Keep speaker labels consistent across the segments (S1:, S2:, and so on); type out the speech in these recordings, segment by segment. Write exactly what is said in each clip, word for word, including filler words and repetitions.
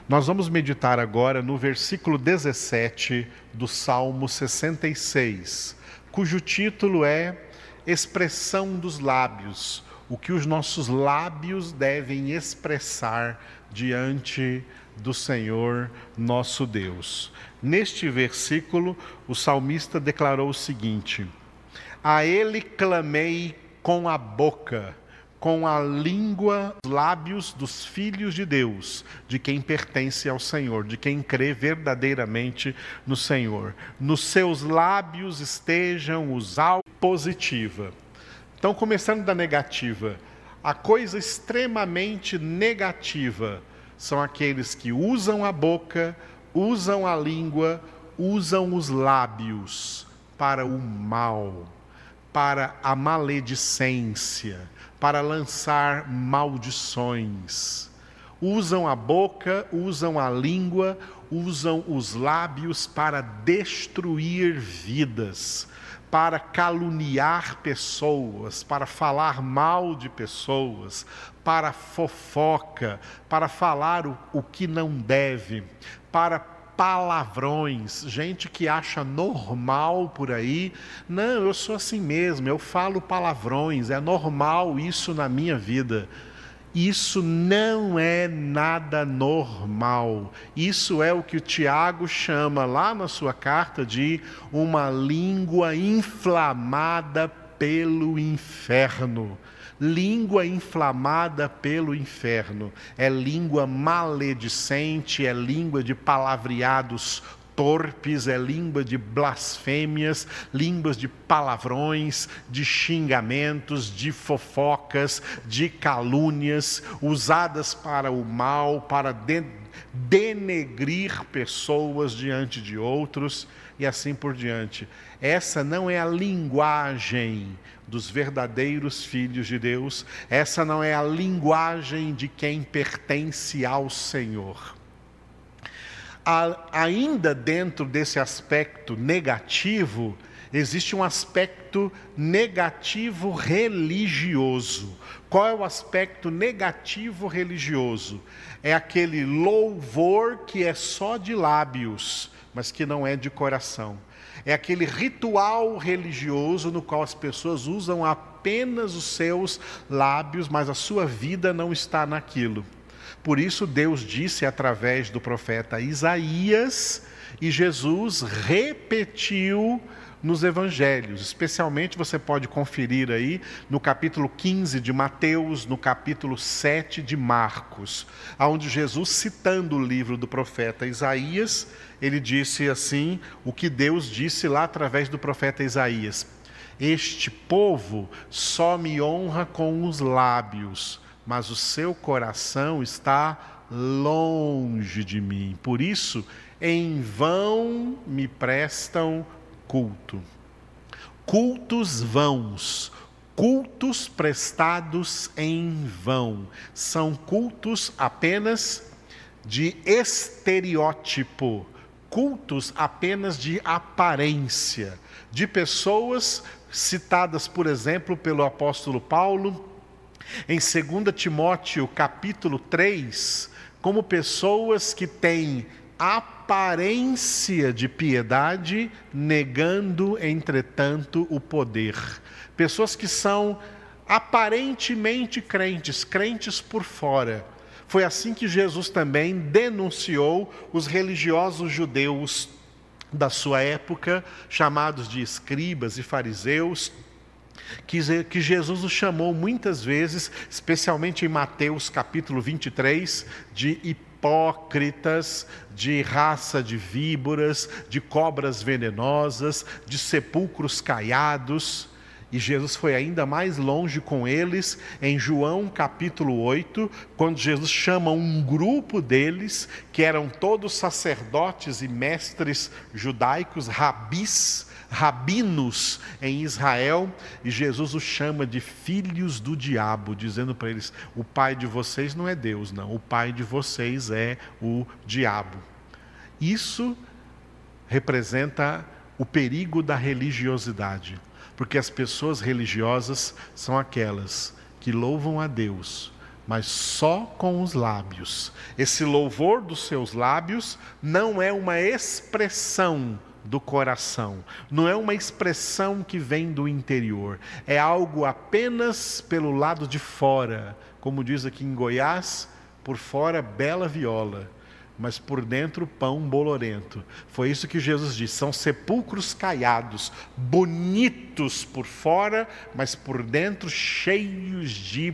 S1: Nós vamos meditar agora no versículo dezessete do Salmo sessenta e seis, cujo título é Expressão dos Lábios, o que os nossos lábios devem expressar diante do Senhor nosso Deus. Neste versículo, o salmista declarou o seguinte: a Ele clamei com a boca, com a língua, os lábios dos filhos de Deus, de quem pertence ao Senhor, de quem crê verdadeiramente no Senhor. Nos seus lábios estejam os alvos positiva. Então, começando da negativa, a coisa extremamente negativa são aqueles que usam a boca, usam a língua, usam os lábios para o mal, para a maledicência, para lançar maldições. Usam a boca, usam a língua, usam os lábios para destruir vidas, para caluniar pessoas, para falar mal de pessoas, para fofoca, para falar o, o que não deve, para palavrões, gente que acha normal por aí. Não, eu sou assim mesmo, eu falo palavrões, é normal isso na minha vida. Isso não é nada normal. Isso é o que o Tiago chama lá na sua carta de uma língua inflamada pelo inferno. Língua inflamada pelo inferno. É língua maledicente, é língua de palavreados torpes, é língua de blasfêmias, línguas de palavrões, de xingamentos, de fofocas, de calúnias, usadas para o mal, para de- denegrir pessoas diante de outros e assim por diante. Essa não é a linguagem dos verdadeiros filhos de Deus, essa não é a linguagem de quem pertence ao Senhor. Ainda dentro desse aspecto negativo, existe um aspecto negativo religioso. Qual é o aspecto negativo religioso? É aquele louvor que é só de lábios, mas que não é de coração. É aquele ritual religioso no qual as pessoas usam apenas os seus lábios, mas a sua vida não está naquilo. Por isso Deus disse através do profeta Isaías, e Jesus repetiu nos evangelhos, especialmente você pode conferir aí no capítulo quinze de Mateus, no capítulo sete de Marcos, onde Jesus, citando o livro do profeta Isaías, ele disse assim, o que Deus disse lá através do profeta Isaías: este povo só me honra com os lábios, mas o seu coração está longe de mim. Por isso, em vão me prestam culto. Cultos vãos, cultos prestados em vão, são cultos apenas de estereótipo, cultos apenas de aparência, de pessoas citadas, por exemplo, pelo apóstolo Paulo, em dois Timóteo capítulo três, como pessoas que têm aparência de piedade, negando, entretanto, o poder. Pessoas que são aparentemente crentes, crentes por fora. Foi assim que Jesus também denunciou os religiosos judeus da sua época, chamados de escribas e fariseus, que, que Jesus os chamou muitas vezes, especialmente em Mateus capítulo vinte e três, de hipócritas, de raça de víboras, de cobras venenosas, de sepulcros caiados. E Jesus foi ainda mais longe com eles em João capítulo oito, quando Jesus chama um grupo deles, que eram todos sacerdotes e mestres judaicos, rabis, rabinos em Israel, e Jesus os chama de filhos do diabo, dizendo para eles: o pai de vocês não é Deus, não, o pai de vocês é o diabo. Isso representa o perigo da religiosidade, porque as pessoas religiosas são aquelas que louvam a Deus, mas só com os lábios. Esse louvor dos seus lábios não é uma expressão do coração, não é uma expressão que vem do interior, é algo apenas pelo lado de fora, como diz aqui em Goiás, por fora bela viola, mas por dentro pão bolorento. Foi isso que Jesus disse, são sepulcros caiados, bonitos por fora, mas por dentro cheios de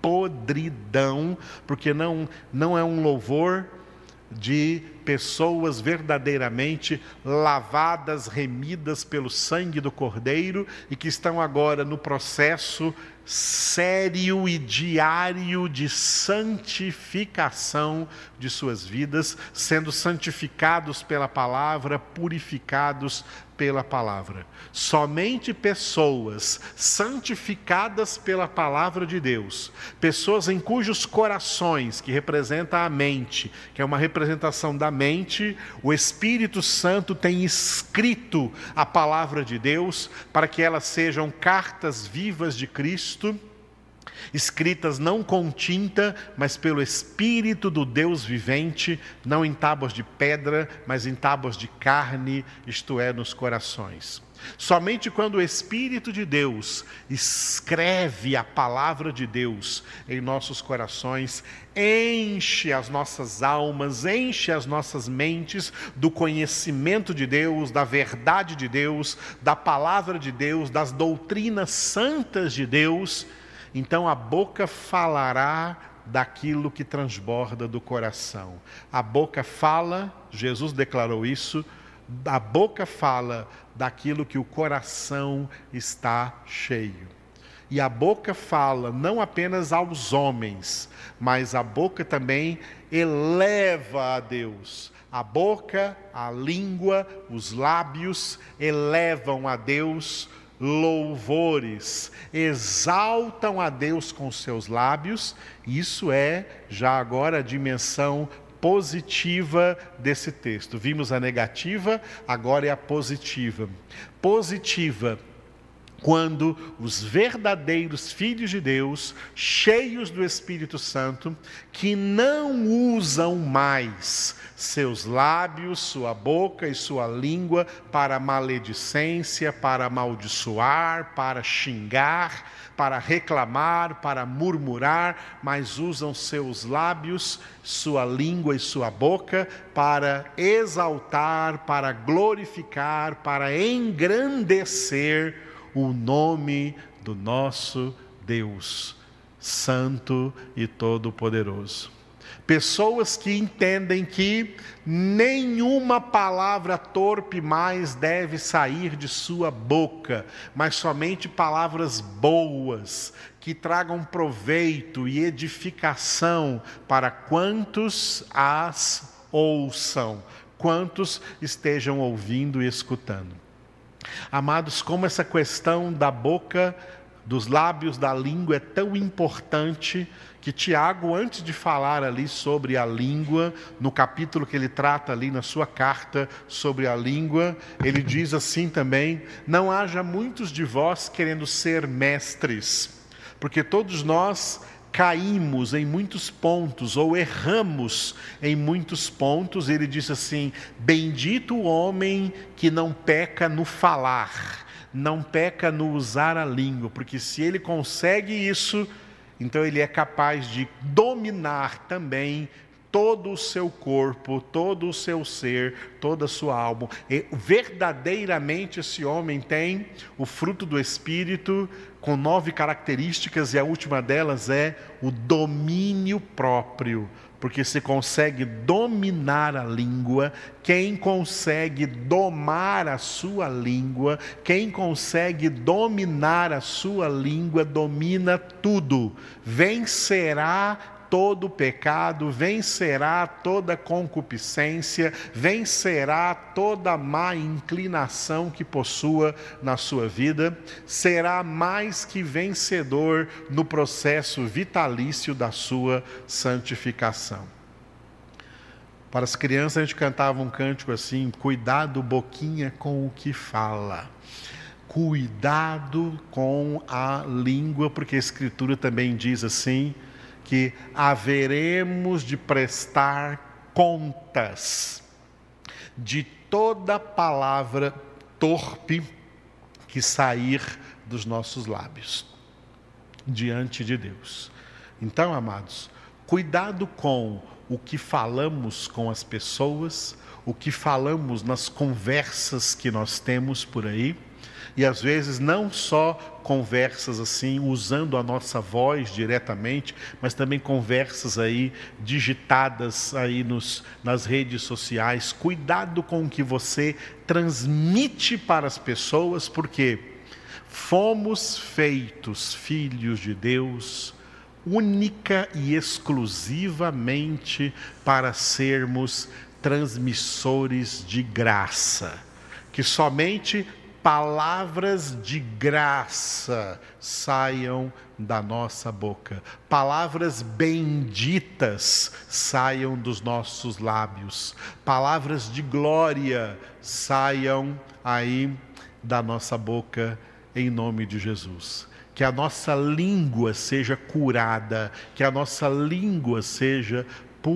S1: podridão, porque não, não é um louvor de pessoas verdadeiramente lavadas, remidas pelo sangue do Cordeiro e que estão agora no processo sério e diário de santificação de suas vidas, sendo santificados pela palavra, purificados pela palavra. Somente pessoas santificadas pela palavra de Deus, pessoas em cujos corações, que representa a mente, que é uma representação da mente, o Espírito Santo tem escrito a palavra de Deus para que elas sejam cartas vivas de Cristo, escritas não com tinta, mas pelo Espírito do Deus vivente, não em tábuas de pedra, mas em tábuas de carne, isto é, nos corações. Somente quando o Espírito de Deus escreve a palavra de Deus em nossos corações, enche as nossas almas, enche as nossas mentes do conhecimento de Deus, da verdade de Deus, da palavra de Deus, das doutrinas santas de Deus, então a boca falará daquilo que transborda do coração. A boca fala, Jesus declarou isso, a boca fala daquilo que o coração está cheio. E a boca fala não apenas aos homens, mas a boca também eleva a Deus. A boca, a língua, os lábios elevam a Deus louvores, exaltam a Deus com seus lábios. Isso é já agora a dimensão positiva desse texto. Vimos a negativa, agora é a positiva. Positiva, quando os verdadeiros filhos de Deus, cheios do Espírito Santo, que não usam mais seus lábios, sua boca e sua língua para maledicência, para amaldiçoar, para xingar, para reclamar, para murmurar, mas usam seus lábios, sua língua e sua boca para exaltar, para glorificar, para engrandecer o nome do nosso Deus, Santo e Todo-Poderoso. Pessoas que entendem que nenhuma palavra torpe mais deve sair de sua boca, mas somente palavras boas, que tragam proveito e edificação para quantos as ouçam, quantos estejam ouvindo e escutando. Amados, como essa questão da boca, dos lábios, da língua é tão importante, que Tiago, antes de falar ali sobre a língua, no capítulo que ele trata ali na sua carta sobre a língua, ele diz assim também: não haja muitos de vós querendo ser mestres, porque todos nós caímos em muitos pontos, ou erramos em muitos pontos. Ele diz assim: bendito o homem que não peca no falar, não peca no usar a língua, porque se ele consegue isso, então ele é capaz de dominar também todo o seu corpo, todo o seu ser, toda a sua alma. E verdadeiramente esse homem tem o fruto do Espírito com nove características, e a última delas é o domínio próprio. Porque se consegue dominar a língua, quem consegue domar a sua língua, quem consegue dominar a sua língua, domina tudo, vencerá todo pecado, vencerá toda concupiscência, vencerá toda má inclinação que possua na sua vida, será mais que vencedor no processo vitalício da sua santificação. Para as crianças a gente cantava um cântico assim: cuidado boquinha com o que fala. Cuidado com a língua, porque a Escritura também diz assim, que haveremos de prestar contas de toda palavra torpe que sair dos nossos lábios diante de Deus. Então, amados, cuidado com o que falamos com as pessoas, o que falamos nas conversas que nós temos por aí, e às vezes não só conversas assim, usando a nossa voz diretamente, mas também conversas aí digitadas aí nos, nas redes sociais. Cuidado com o que você transmite para as pessoas, porque fomos feitos filhos de Deus única e exclusivamente para sermos transmissores de graça, que somente palavras de graça saiam da nossa boca, palavras benditas saiam dos nossos lábios, palavras de glória saiam aí da nossa boca, em nome de Jesus. Que a nossa língua seja curada, que a nossa língua seja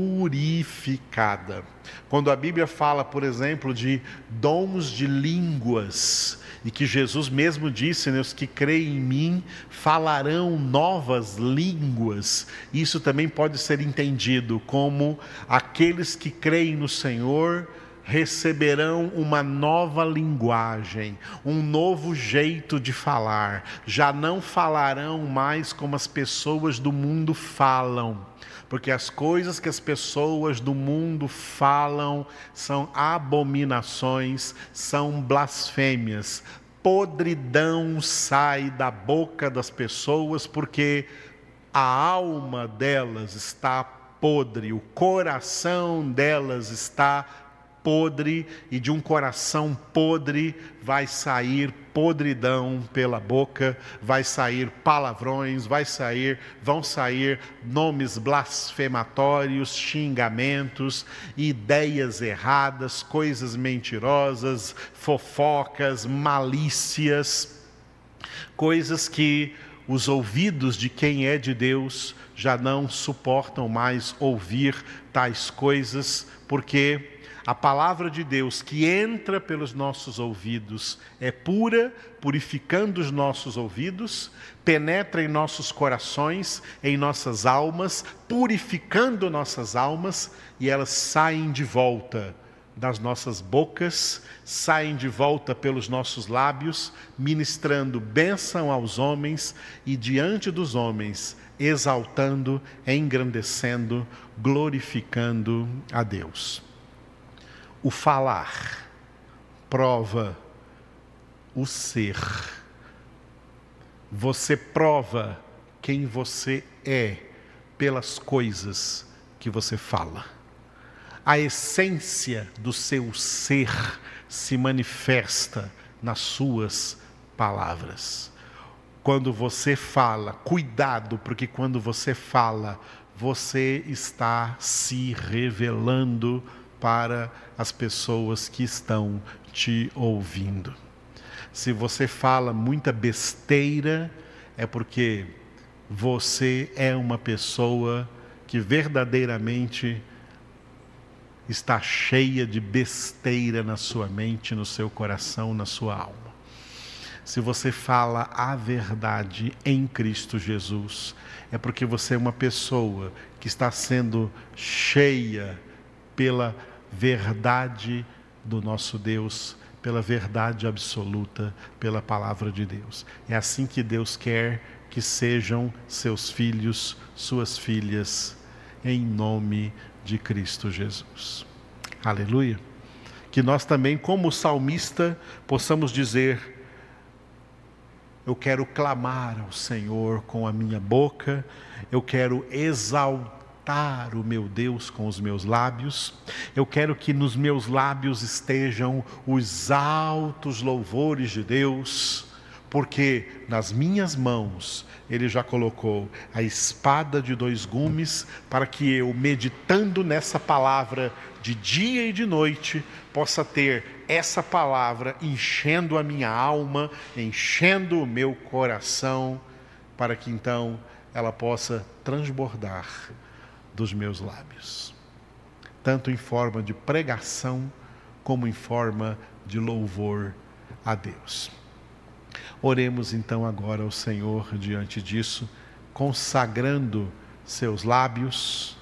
S1: purificada. Quando a Bíblia fala, por exemplo, de dons de línguas, e que Jesus mesmo disse, né, os que creem em mim falarão novas línguas, isso também pode ser entendido como aqueles que creem no Senhor receberão uma nova linguagem, um novo jeito de falar, já não falarão mais como as pessoas do mundo falam, porque as coisas que as pessoas do mundo falam são abominações, são blasfêmias. Podridão sai da boca das pessoas porque a alma delas está podre, o coração delas está podre, e de um coração podre vai sair podridão pela boca, vai sair palavrões, vai sair, vão sair nomes blasfematórios, xingamentos, ideias erradas, coisas mentirosas, fofocas, malícias, coisas que os ouvidos de quem é de Deus já não suportam mais ouvir tais coisas, porque a palavra de Deus que entra pelos nossos ouvidos é pura, purificando os nossos ouvidos, penetra em nossos corações, em nossas almas, purificando nossas almas, e elas saem de volta das nossas bocas, saem de volta pelos nossos lábios, ministrando bênção aos homens e diante dos homens, exaltando, engrandecendo, glorificando a Deus. O falar prova o ser. Você prova quem você é pelas coisas que você fala. A essência do seu ser se manifesta nas suas palavras. Quando você fala, cuidado, porque quando você fala, você está se revelando para as pessoas que estão te ouvindo. Se você fala muita besteira, é porque você é uma pessoa que verdadeiramente está cheia de besteira na sua mente, no seu coração, na sua alma. Se você fala a verdade em Cristo Jesus, é porque você é uma pessoa que está sendo cheia pela verdade do nosso Deus, pela verdade absoluta, pela palavra de Deus. É assim que Deus quer que sejam seus filhos, suas filhas, em nome de Cristo Jesus. Aleluia. Que nós também, como salmista, possamos dizer: eu quero clamar ao Senhor com a minha boca, eu quero exaltar o meu Deus com os meus lábios, eu quero que nos meus lábios estejam os altos louvores de Deus, porque nas minhas mãos Ele já colocou a espada de dois gumes, para que eu, meditando nessa palavra de dia e de noite, possa ter essa palavra enchendo a minha alma, enchendo o meu coração, para que então ela possa transbordar dos meus lábios, tanto em forma de pregação, como em forma de louvor a Deus. Oremos então agora ao Senhor diante disso, consagrando seus lábios,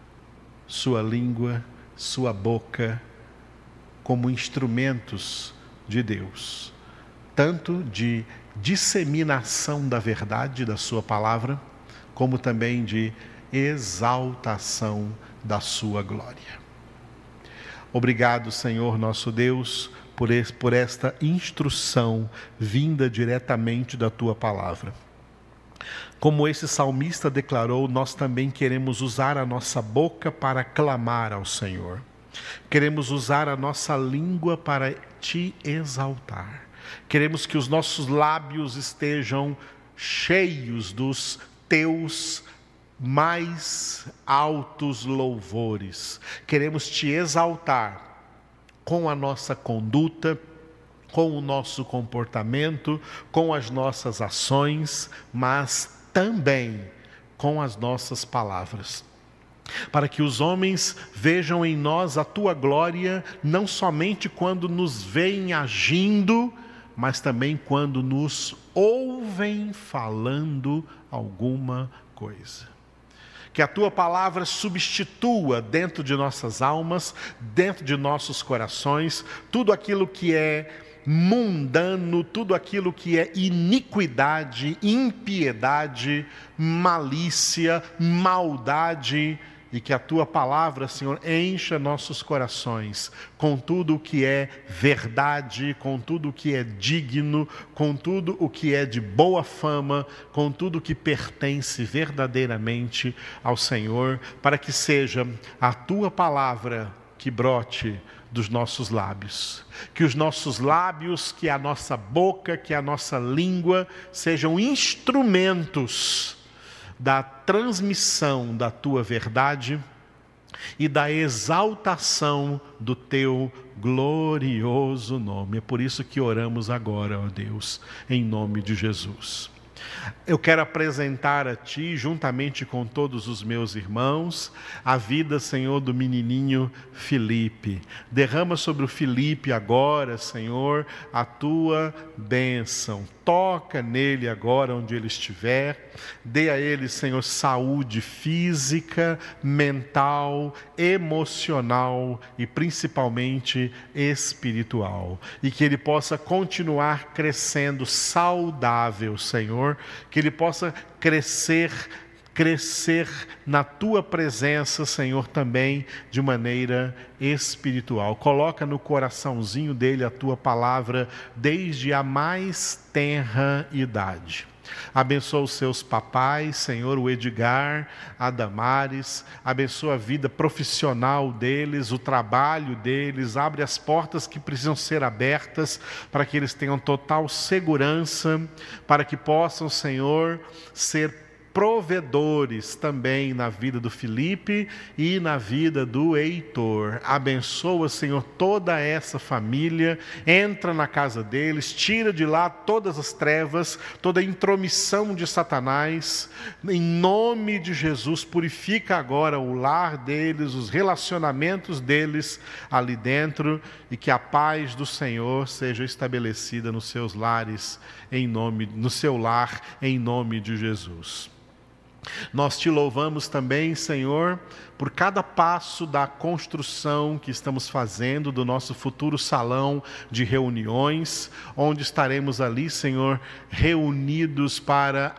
S1: sua língua, sua boca, como instrumentos de Deus, tanto de disseminação da verdade da sua palavra, como também de exaltação da sua glória. Obrigado, Senhor nosso Deus, por, esse, por esta instrução vinda diretamente da tua palavra. Como esse salmista declarou, nós também queremos usar a nossa boca para clamar ao Senhor. Queremos usar a nossa língua para te exaltar. Queremos que os nossos lábios estejam cheios dos teus mais altos louvores. Queremos te exaltar com a nossa conduta, com o nosso comportamento, com as nossas ações, mas também com as nossas palavras. Para que os homens vejam em nós a tua glória, não somente quando nos veem agindo, mas também quando nos ouvem falando alguma coisa. Que a tua palavra substitua dentro de nossas almas, dentro de nossos corações, tudo aquilo que é mundano, tudo aquilo que é iniquidade, impiedade, malícia, maldade, e que a tua palavra, Senhor, encha nossos corações com tudo o que é verdade, com tudo o que é digno, com tudo o que é de boa fama, com tudo o que pertence verdadeiramente ao Senhor, para que seja a tua palavra que brote dos nossos lábios. Que os nossos lábios, que a nossa boca, que a nossa língua sejam instrumentos da transmissão da tua verdade e da exaltação do teu glorioso nome. É por isso que oramos agora, ó Deus, em nome de Jesus. Eu quero apresentar a Ti, juntamente com todos os meus irmãos, a vida, Senhor, do menininho Felipe. Derrama sobre o Felipe agora, Senhor, a Tua bênção. Toca nele agora onde ele estiver. Dê a ele, Senhor, saúde física, mental, emocional e principalmente espiritual. E que ele possa continuar crescendo saudável, Senhor. Que ele possa crescer, crescer na Tua presença, Senhor, também de maneira espiritual. Coloca no coraçãozinho dele a Tua palavra desde a mais tenra idade. Abençoa os seus papais, Senhor, o Edgar, a Damares, abençoa a vida profissional deles, o trabalho deles, abre as portas que precisam ser abertas para que eles tenham total segurança, para que possam, Senhor, ser provedores também na vida do Felipe e na vida do Heitor. Abençoa, Senhor, toda essa família, entra na casa deles, tira de lá todas as trevas, toda a intromissão de Satanás, em nome de Jesus, purifica agora o lar deles, os relacionamentos deles ali dentro, e que a paz do Senhor seja estabelecida nos seus lares, em nome, no seu lar, em nome de Jesus. Nós te louvamos também, Senhor, por cada passo da construção que estamos fazendo do nosso futuro salão de reuniões, onde estaremos ali, Senhor, reunidos para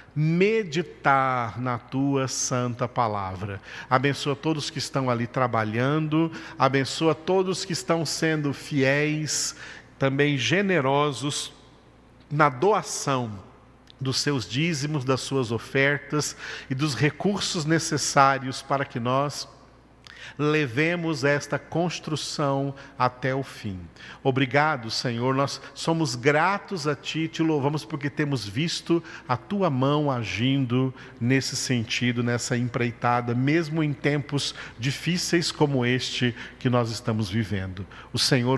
S1: meditar na Tua santa palavra. Abençoa todos que estão ali trabalhando, abençoa todos que estão sendo fiéis, também generosos na doação dos seus dízimos, das suas ofertas e dos recursos necessários para que nós levemos esta construção até o fim. Obrigado, Senhor, nós somos gratos a Ti, Te louvamos porque temos visto a Tua mão agindo nesse sentido, nessa empreitada, mesmo em tempos difíceis como este que nós estamos vivendo. O Senhor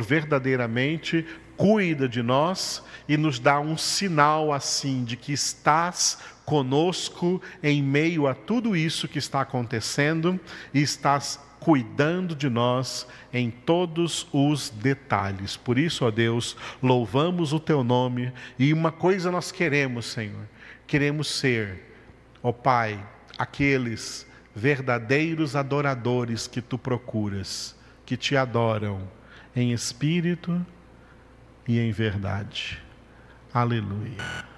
S1: verdadeiramente cuida de nós e nos dá um sinal assim de que estás conosco em meio a tudo isso que está acontecendo e estás cuidando de nós em todos os detalhes. Por isso, ó Deus, louvamos o teu nome e uma coisa nós queremos, Senhor, queremos ser, ó Pai, aqueles verdadeiros adoradores que tu procuras, que te adoram em espírito e em verdade. Aleluia.